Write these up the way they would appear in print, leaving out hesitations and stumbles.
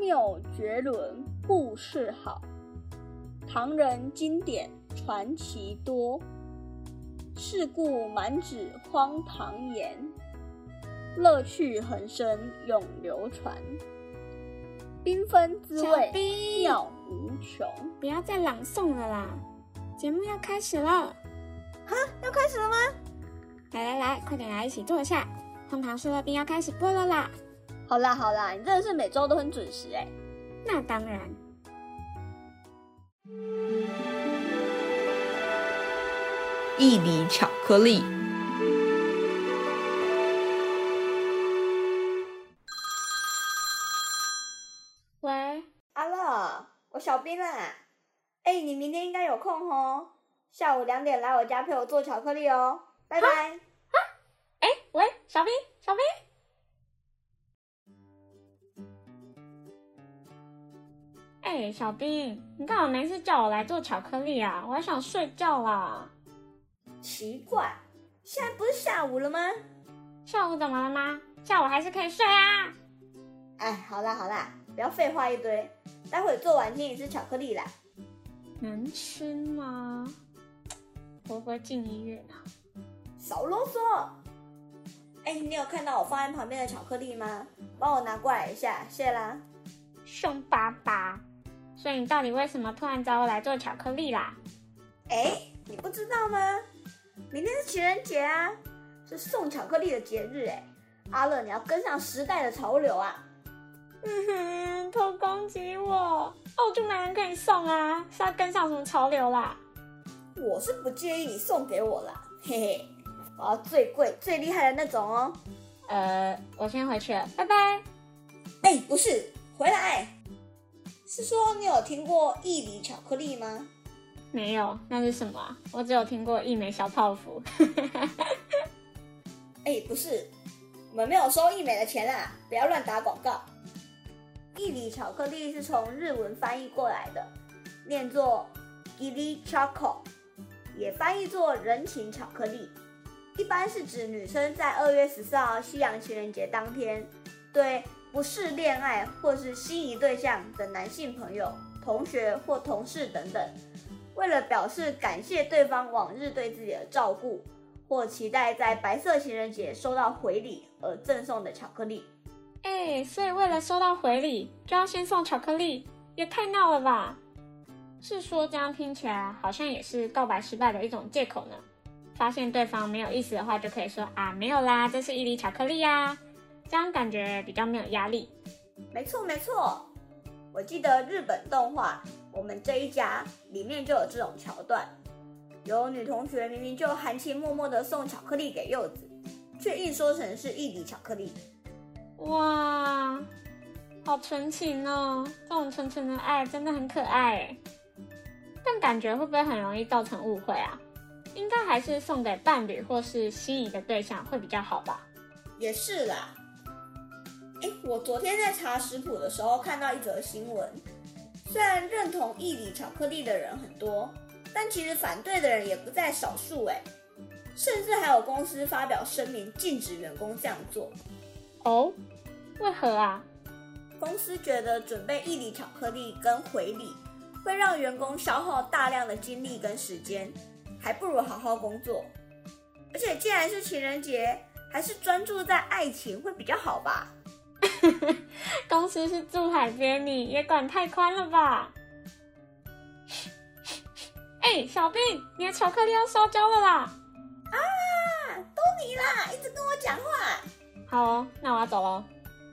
谬绝伦，故事好。唐人经典传奇多，世故满纸荒唐言，乐趣横生永流传。缤纷滋味妙无穷。 不要再朗诵了啦，节目要开始了。 哈，要开始了吗？ 来，快点来一起坐下，荒唐事乐冰要开始播了啦。 好啦，你真的是每周都很准时欸。 那当然。 义理巧克力。 喂， 阿乐，我小冰啦。你明天应该有空哦，下午2点来我家陪我做巧克力哦，拜拜。 喂，小冰。小冰，你干嘛没事叫我来做巧克力啊？我还想睡觉啦。 奇怪，现在不是下午了吗？ 下午怎么了吗？下午还是可以睡啊。 好啦，不要废话一堆，待会做完请你吃巧克力啦。 能吃吗？会不会进医院啊？ 少啰嗦。你有看到我放在旁边的巧克力吗？帮我拿过来一下，谢啦。 凶巴巴。所以你到底为什么突然找我来做巧克力啦？ 你不知道吗？明天是情人节啊，是送巧克力的节日阿乐，你要跟上时代的潮流啊！ 偷攻击我！欧就没人可以送啊，是要跟上什么潮流啦？ 我是不介意你送给我啦，嘿嘿，我要最贵最厉害的那种哦。 我先回去了，拜拜。 不是，回来。是说你有听过义理巧克力吗？ 没有，那是什么啊？我只有听过义美小泡芙。 不是，我们没有收义美的钱啊，不要乱打广告。义理巧克力是从日文翻译过来的，念作 Gili Choco， 也翻译作人情巧克力。一般是指女生在2月14号西洋情人节当天，对不是恋爱或是心仪对象的男性朋友、同学或同事等等，为了表示感谢对方往日对自己的照顾，或期待在白色情人节收到回礼而赠送的巧克力。 所以为了收到回礼，就要先送巧克力，也太闹了吧？是说这样听起来好像也是告白失败的一种借口呢？发现对方没有意思的话，就可以说没有啦，这是义理巧克力啊，这样感觉比较没有压力。 没错，我记得日本动画《我们这一家》里面就有这种桥段，有女同学明明就含情脉脉的送巧克力给柚子，却硬说成是义理巧克力。 哇，好纯情哦，这种纯纯的爱真的很可爱耶。但感觉会不会很容易造成误会啊？应该还是送给伴侣或是心仪的对象会比较好吧？ 也是啦。我昨天在查食谱的时候看到一则新闻，虽然认同义理巧克力的人很多，但其实反对的人也不在少数甚至还有公司发表声明禁止员工这样做。 为何啊？ 公司觉得准备义理巧克力跟回礼会让员工消耗大量的精力跟时间，还不如好好工作。而且既然是情人节，还是专注在爱情会比较好吧。 公司是住海边，你也管太宽了吧？小冰，你的巧克力要烧焦了啦！ 都你啦，一直跟我讲话。 好哦，那我要走咯。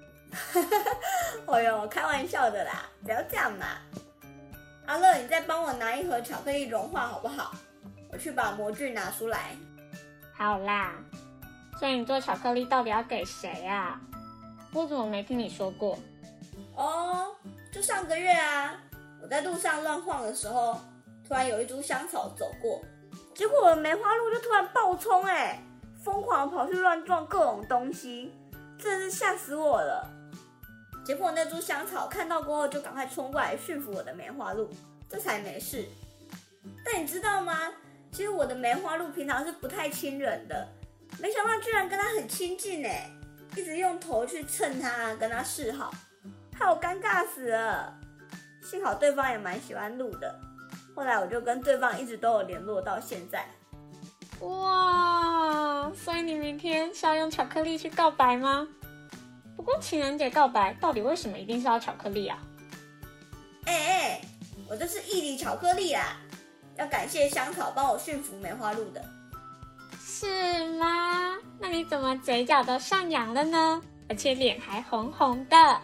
开玩笑的啦，不要这样嘛。阿乐，你再帮我拿一盒巧克力融化好不好？我去把模具拿出来。 好啦，所以你做巧克力到底要给谁啊？我怎么没听你说过？ 就上个月啊，我在路上乱晃的时候，突然有一株香草走过，结果我的梅花鹿就突然暴冲疯狂跑去乱撞各种东西，真的是吓死我了。结果那株香草看到过后就赶快冲过来驯服我的梅花鹿，这才没事。但你知道吗？其实我的梅花鹿平常是不太亲人的，没想到居然跟它很亲近一直用头去蹭它，跟它示好， 害我尴尬死了。幸好对方也蛮喜欢鹿的，后来我就跟对方一直都有联络到现在。 哇，所以你明天是要用巧克力去告白吗？不过情人节告白到底为什么一定是要巧克力啊？ 我这是一粒巧克力啦，要感谢香草帮我驯服梅花鹿的。 是吗？那你怎么嘴角都上扬了呢？而且脸还红红的。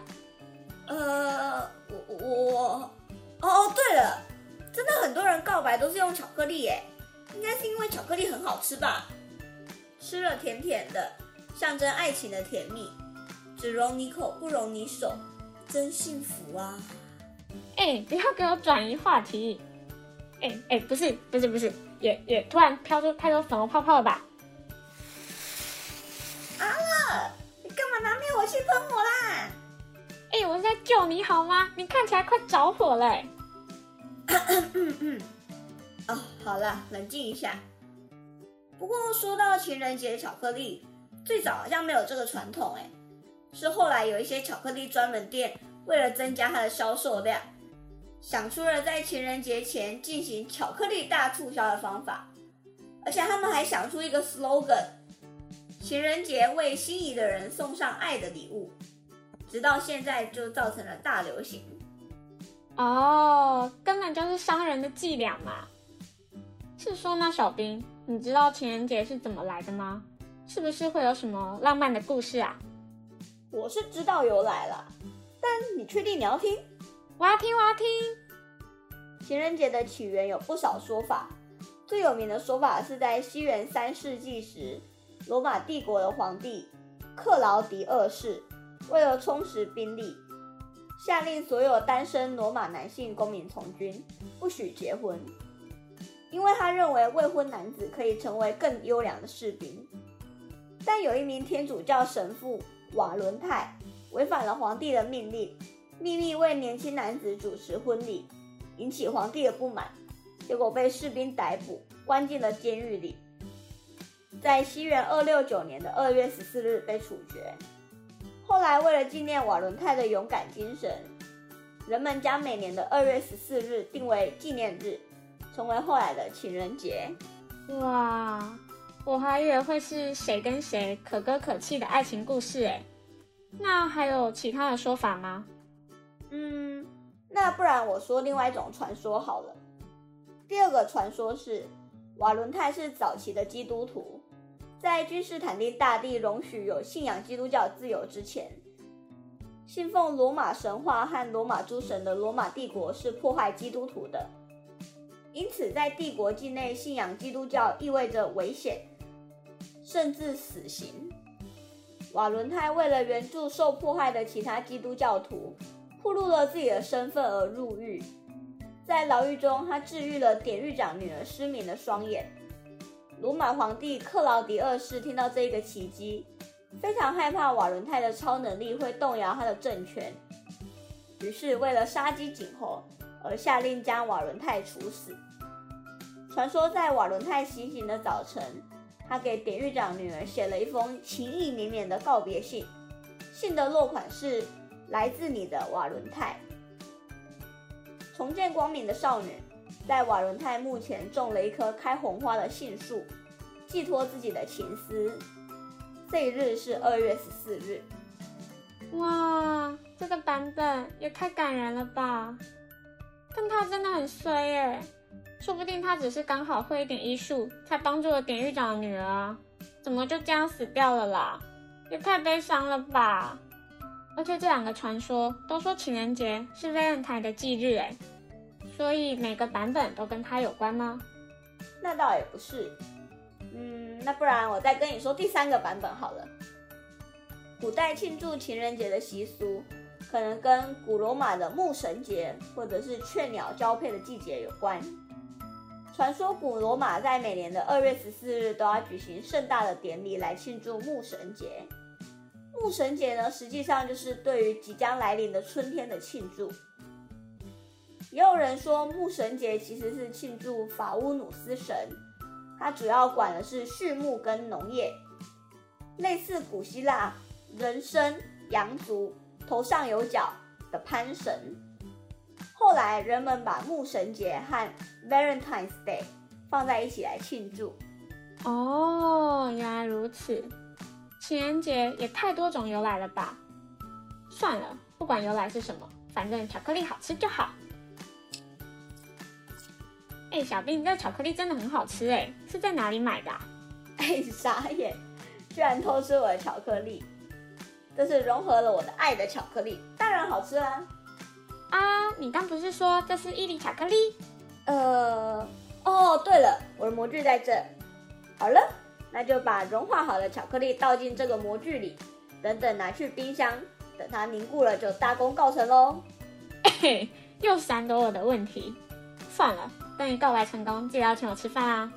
对了，真的很多人告白都是用巧克力耶，应该是因为巧克力很好吃吧？吃了甜甜的，象征爱情的甜蜜，只容你口不容你手，真幸福啊！ 不要给我转移话题。不是，也突然飘出太多粉红泡泡了吧？ 阿乐，你干嘛拿灭火器喷我啦？ 我是在救你好吗？你看起来快着火了好了，冷静一下。不过说到情人节巧克力，最早好像没有这个传统是后来有一些巧克力专门店为了增加它的销售量，想出了在情人节前进行巧克力大促销的方法，而且他们还想出一个 slogan： 情人节为心仪的人送上爱的礼物，直到现在就造成了大流行。 根本就是商人的伎俩嘛。是说呢，小兵，你知道情人节是怎么来的吗？是不是会有什么浪漫的故事啊？ 我是知道由来啦，但你确定你要听？ 我要听。 情人节的起源有不少说法，最有名的说法是在西元3世纪时，罗马帝国的皇帝克劳迪二世为了充实兵力，下令所有单身罗马男性公民从军，不许结婚，因为他认为未婚男子可以成为更优良的士兵。但有一名天主教神父瓦伦泰违反了皇帝的命令，秘密为年轻男子主持婚礼，引起皇帝的不满，结果被士兵逮捕，关进了监狱里。在西元269年的2月14日被处决。后来为了纪念瓦伦泰的勇敢精神，人们将每年的2月14日定为纪念日，成为后来的情人节。 哇，我还以为会是谁跟谁可歌可泣的爱情故事那还有其他的说法吗？ 那不然我说另外一种传说好了。第二个传说是瓦伦泰是早期的基督徒，在君士坦丁大帝容许有信仰基督教自由之前，信奉罗马神话和罗马诸神的罗马帝国是迫害基督徒的，因此在帝国境内信仰基督教意味着危险，甚至死刑。瓦伦泰为了援助受迫害的其他基督教徒，暴露了自己的身份而入狱。在牢狱中，他治愈了典狱长女儿失明的双眼。罗马皇帝克劳迪二世听到这一个奇迹，非常害怕瓦伦泰的超能力会动摇他的政权，于是为了杀鸡儆猴而下令将瓦伦泰处死。传说在瓦伦泰行刑的早晨，他给典狱长女儿写了一封情意绵绵的告别信，信的落款是来自你的瓦伦泰。重见光明的少女在瓦伦泰墓前种了一棵开红花的杏树，寄托自己的情思。这一日是2月14日。 哇，这个版本也太感人了吧！但他真的很衰耶，说不定他只是刚好会一点医术，才帮助了典狱长的女儿啊，怎么就这样死掉了啦？也太悲伤了吧！而且这两个传说都说情人节是 Valentine 的忌日所以每个版本都跟他有关吗？ 那倒也不是。那不然我再跟你说第三个版本好了。古代庆祝情人节的习俗可能跟古罗马的牧神节或者是雀鸟交配的季节有关。传说古罗马在每年的2月14日都要举行盛大的典礼来庆祝牧神节。牧神节呢，实际上就是对于即将来临的春天的庆祝。也有人说牧神节其实是庆祝法乌努斯神，他主要管的是畜牧跟农业，类似古希腊人身、羊足、头上有角、 的潘神。后来人们把牧神节和 Valentine's Day 放在一起来庆祝。 哦，原来如此。情人节也太多种由来了吧？算了，不管由来是什么，反正巧克力好吃就好。小兵，你这巧克力真的很好吃哎，是在哪里买的啊？ 傻眼，居然偷吃我的巧克力！这是融合了我的爱的巧克力，当然好吃啦。 你刚不是说这是伊犁巧克力？ 对了，我的模具在这。好了，那就把融化好的巧克力倒进这个模具里，等拿去冰箱，等它凝固了就大功告成咯。 又闪躲我的问题。算了，等你告白成功，记得要请我吃饭啊！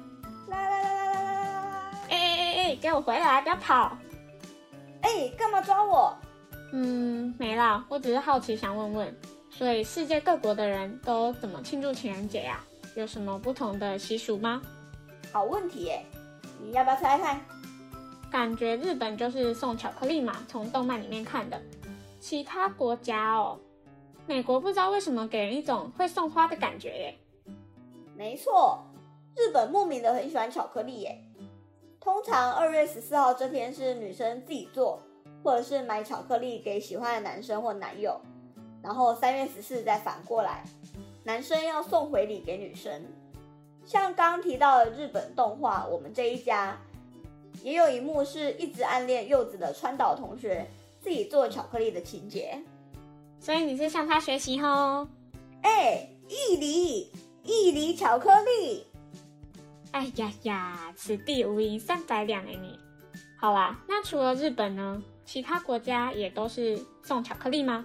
给我回来，不要跑！ 干嘛抓我？ 没啦，我只是好奇想问问，所以世界各国的人都怎么庆祝情人节呀？有什么不同的习俗吗？ 好问题耶，你要不要猜猜看？ 感觉日本就是送巧克力嘛，从动漫里面看的。其他国家美国不知道为什么给人一种会送花的感觉耶。 没错，日本莫名的很喜欢巧克力耶。通常2月14号这天是女生自己做，或者是买巧克力给喜欢的男生或男友，然后3月14再反过来，男生要送回礼给女生。像刚刚提到的日本动画《我们这一家》，也有一幕是一直暗恋柚子的川岛同学自己做巧克力的情节。 所以你是向他学习吼？ 义理巧克力。 哎呀，此地无银300两你。好啦，那除了日本呢？其他国家也都是送巧克力吗？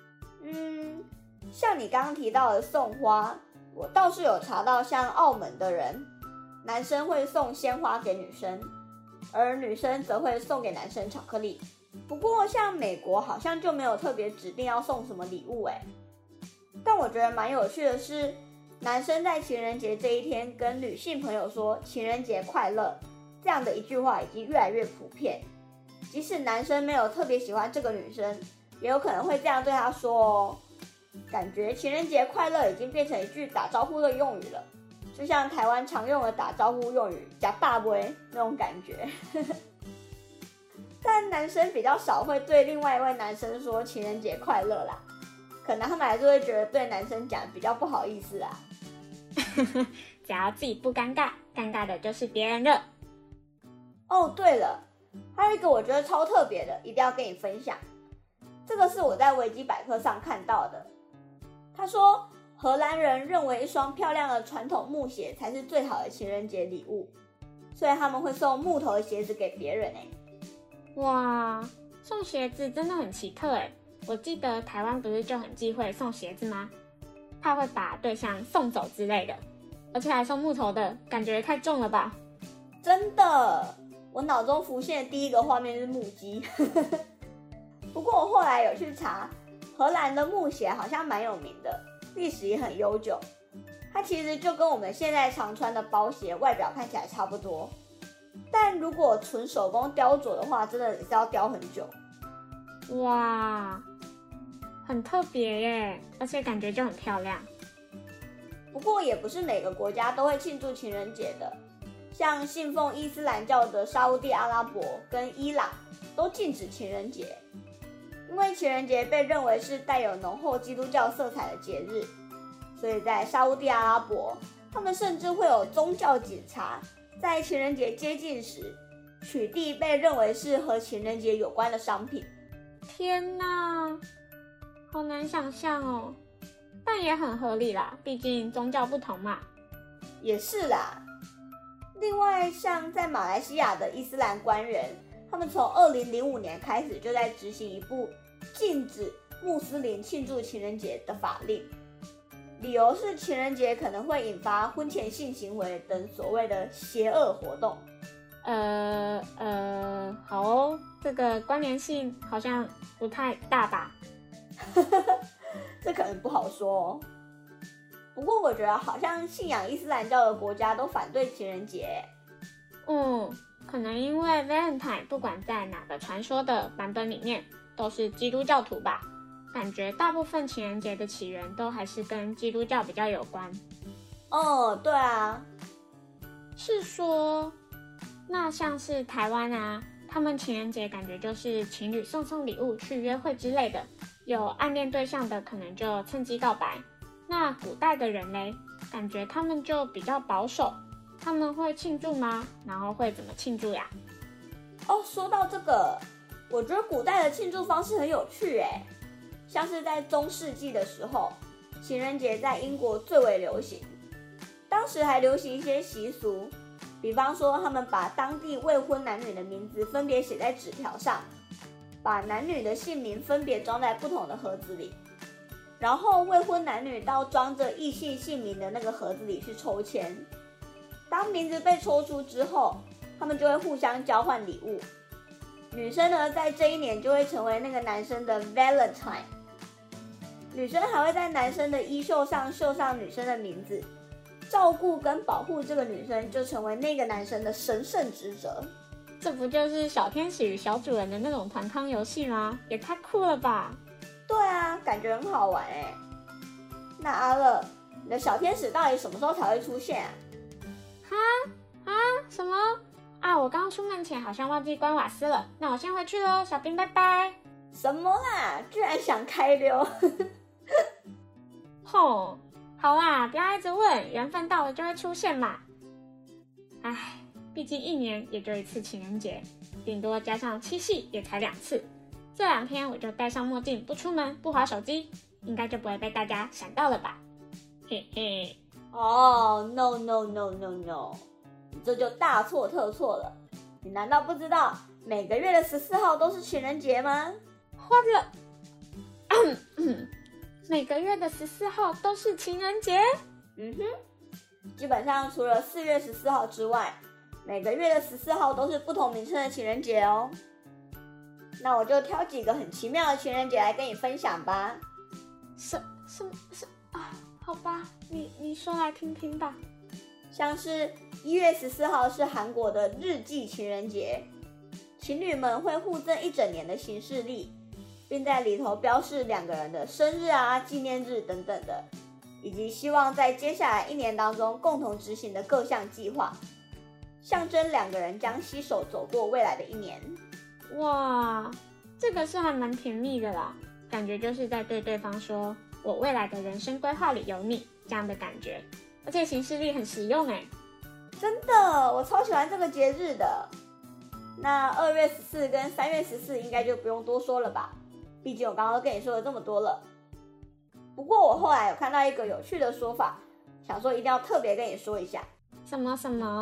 像你刚刚提到的送花，我倒是有查到，像澳门的人，男生会送鲜花给女生，而女生则会送给男生巧克力。不过像美国好像就没有特别指定要送什么礼物但我觉得蛮有趣的是，男生在情人节这一天跟女性朋友说情人节快乐，这样的一句话已经越来越普遍。即使男生没有特别喜欢这个女生，也有可能会这样对她说哦。感觉情人节快乐已经变成一句打招呼的用语了，就像台湾常用的打招呼用语加大杯那种感觉。但男生比较少会对另外一位男生说情人节快乐啦，可能他们还是会觉得对男生讲比较不好意思啊。 只要自己不尴尬，尴尬的就是别人了。 对了，还有一个我觉得超特别的，一定要跟你分享。这个是我在维基百科上看到的。他说，荷兰人认为一双漂亮的传统木鞋才是最好的情人节礼物，所以他们会送木头的鞋子给别人哇，送鞋子真的很奇特我记得台湾不是就很忌讳送鞋子吗？怕会把对象送走之类的，而且还送木头的，感觉太重了吧？ 真的，我脑中浮现的第一个画面是木屐。不过我后来有去查，荷兰的木鞋好像蛮有名的，历史也很悠久。它其实就跟我们现在常穿的包鞋外表看起来差不多，但如果纯手工雕琢的话，真的也是要雕很久。 哇，很特别耶，而且感觉就很漂亮。 不过也不是每个国家都会庆祝情人节的，像信奉伊斯兰教的沙烏地阿拉伯跟伊朗都禁止情人节，因为情人节被认为是带有浓厚基督教色彩的节日，所以在沙烏地阿拉伯，他们甚至会有宗教警察在情人节接近时取缔被认为是和情人节有关的商品。 天哪，好难想象哦，但也很合理啦，毕竟宗教不同嘛。 也是啦。另外，像在马来西亚的伊斯兰官员，他们从2005年开始就在执行一部禁止穆斯林庆祝情人节的法令，理由是情人节可能会引发婚前性行为等所谓的邪恶活动。 好哦，这个关联性好像不太大吧？ 这可能不好说哦。不过我觉得好像信仰伊斯兰教的国家都反对情人节。 可能因为 Valentine 不管在哪个传说的版本里面都是基督教徒吧。 感觉大部分情人节的起源都还是跟基督教比较有关。 哦，对啊， 是说，那像是台湾啊，他们情人节感觉就是情侣送礼物去约会之类的，有暗恋对象的可能就趁机告白。那古代的人嘞，感觉他们就比较保守，他们会庆祝吗？然后会怎么庆祝呀？ 哦，说到这个，我觉得古代的庆祝方式很有趣耶，像是在中世纪的时候，情人节在英国最为流行，当时还流行一些习俗，比方说他们把当地未婚男女的名字分别写在纸条上，把男女的姓名分别装在不同的盒子里，然后未婚男女到装着异性姓名的那个盒子里去抽签，当名字被抽出之后，他们就会互相交换礼物。女生呢，在这一年就会成为那个男生的 Valentine， 女生还会在男生的衣袖上绣上女生的名字，照顾跟保护这个女生就成为那个男生的神圣职责。 这不就是小天使与小主人的那种团康游戏吗？也太酷了吧！ 对啊，感觉很好玩哎。那阿乐，你的小天使到底什么时候才会出现啊？ 什么啊？我刚出门前好像忘记关瓦斯了，那我先回去咯，小兵拜拜。 什么啦？居然想开溜！ 吼，好啦，不要一直问，缘分到了就会出现嘛。唉，毕竟一年也就一次情人节，顶多加上七夕也才2次。这2天我就戴上墨镜，不出门，不滑手机，应该就不会被大家闪到了吧？嘿嘿。 哦、no no no no no， 你这就大错特错了。你难道不知道每个月的14号都是情人节吗？ 花了，每个月的14号都是情人节。 基本上除了4月14号之外，每个月的14号都是不同名称的情人节哦。那我就挑几个很奇妙的情人节来跟你分享吧。 是啊，好吧，你说来听听吧。 像是1月14号是韩国的日记情人节，情侣们会互赠一整年的行事历，并在里头标示2个人的生日啊、纪念日等等的，以及希望在接下来1年当中共同执行的各项计划，象征2个人将携手走过未来的1年。 哇，这个是还蛮甜蜜的啦，感觉就是在对对方说我未来的人生规划里有你这样的感觉，而且行事历很实用哎。 真的，我超喜欢这个节日的。那2月14跟3月14应该就不用多说了吧，毕竟我刚刚都跟你说了这么多了。不过我后来有看到一个有趣的说法，想说一定要特别跟你说一下。 什么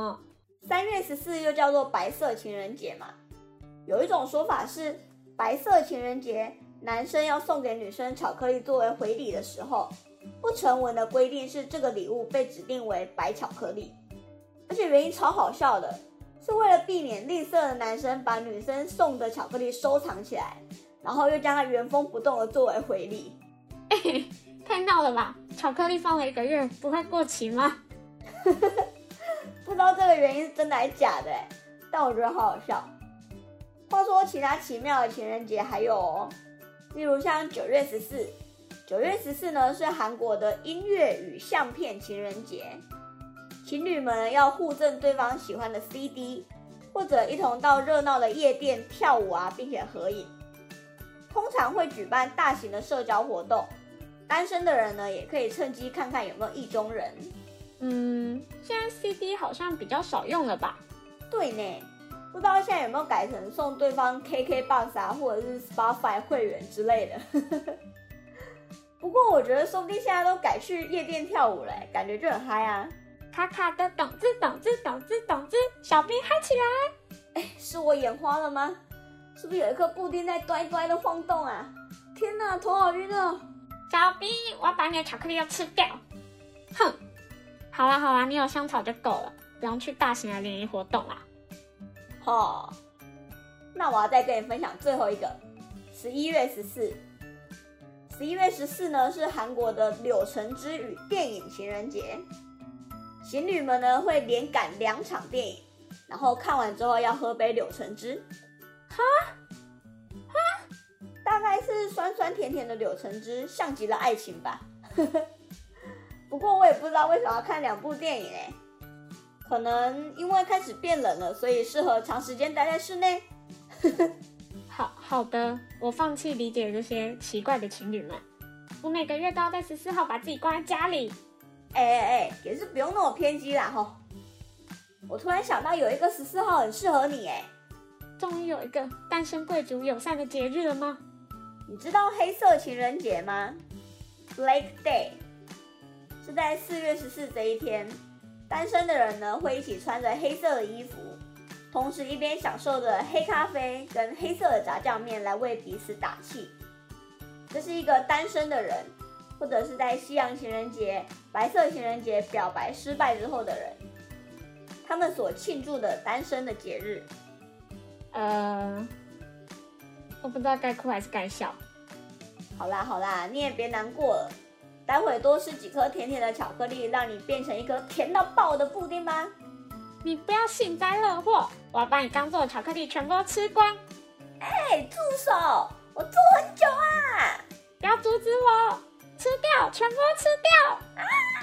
3月14又叫做白色情人节嘛，有一种说法是白色情人节男生要送给女生巧克力作为回礼的时候，不成文的规定是这个礼物被指定为白巧克力，而且原因超好笑的，是为了避免吝啬的男生把女生送的巧克力收藏起来，然后又将它原封不动的作为回礼。 太闹了吧，巧克力放了1个月不会过期吗？ 不知道这个原因是真的还是假的但我觉得好好笑。话说其他奇妙的情人节还有例如像9月14，9月14呢是韩国的音乐与相片情人节，情侣们要互赠对方喜欢的 CD， 或者一同到热闹的夜店跳舞啊，并且合影。通常会举办大型的社交活动，单身的人呢也可以趁机看看有没有意中人。 现在 CD 好像比较少用了吧？ 对呢，不知道现在有没有改成送对方 KKBOX 啊，或者是 Spotify 会员之类的。不过我觉得说不定现在都改去夜店跳舞了感觉就很嗨啊。 卡卡的咚吱咚吱咚吱咚吱，小兵嗨起来！ 是我眼花了吗？是不是有一颗布丁在乖乖的晃动啊？天哪，头好晕哦！ 小兵，我要把你的巧克力要吃掉！哼，好啦，你有香草就够了，不用去大型的联谊活动啦。 那我要再跟你分享最后一个，11月14。11月14呢是韩国的柳橙汁与电影情人节，情侣们呢会连赶2场电影，然后看完之后要喝杯柳橙汁。大概概是酸酸甜甜的柳橙汁，像极了爱情吧。不过我也不知道为什么要看2部电影欸，可能因为开始变冷了，所以适合长时间待在室内。 好的，我放弃理解这些奇怪的情侣们。我每个月都要在14号把自己关在家里。 也是不用那么偏激啦吼。我突然想到有一个14号很适合你终于有一个单身贵族友善的节日了吗？ 你知道黑色情人节吗？ Black Day 是在4月14这一天，单身的人呢会一起穿着黑色的衣服，同时一边享受着黑咖啡跟黑色的炸酱面来为彼此打气。这是一个单身的人，或者是在西洋情人节、白色情人节表白失败之后的人，他们所庆祝的单身的节日。 我不知道该哭还是该笑。 好啦，你也别难过了，待会多吃几颗甜甜的巧克力，让你变成一颗甜到爆的布丁吧。 你不要幸灾乐祸，我要把你刚做的巧克力全部都吃光。 住手！我做很久啊！ 不要阻止我，吃掉，全部都吃掉！ 啊！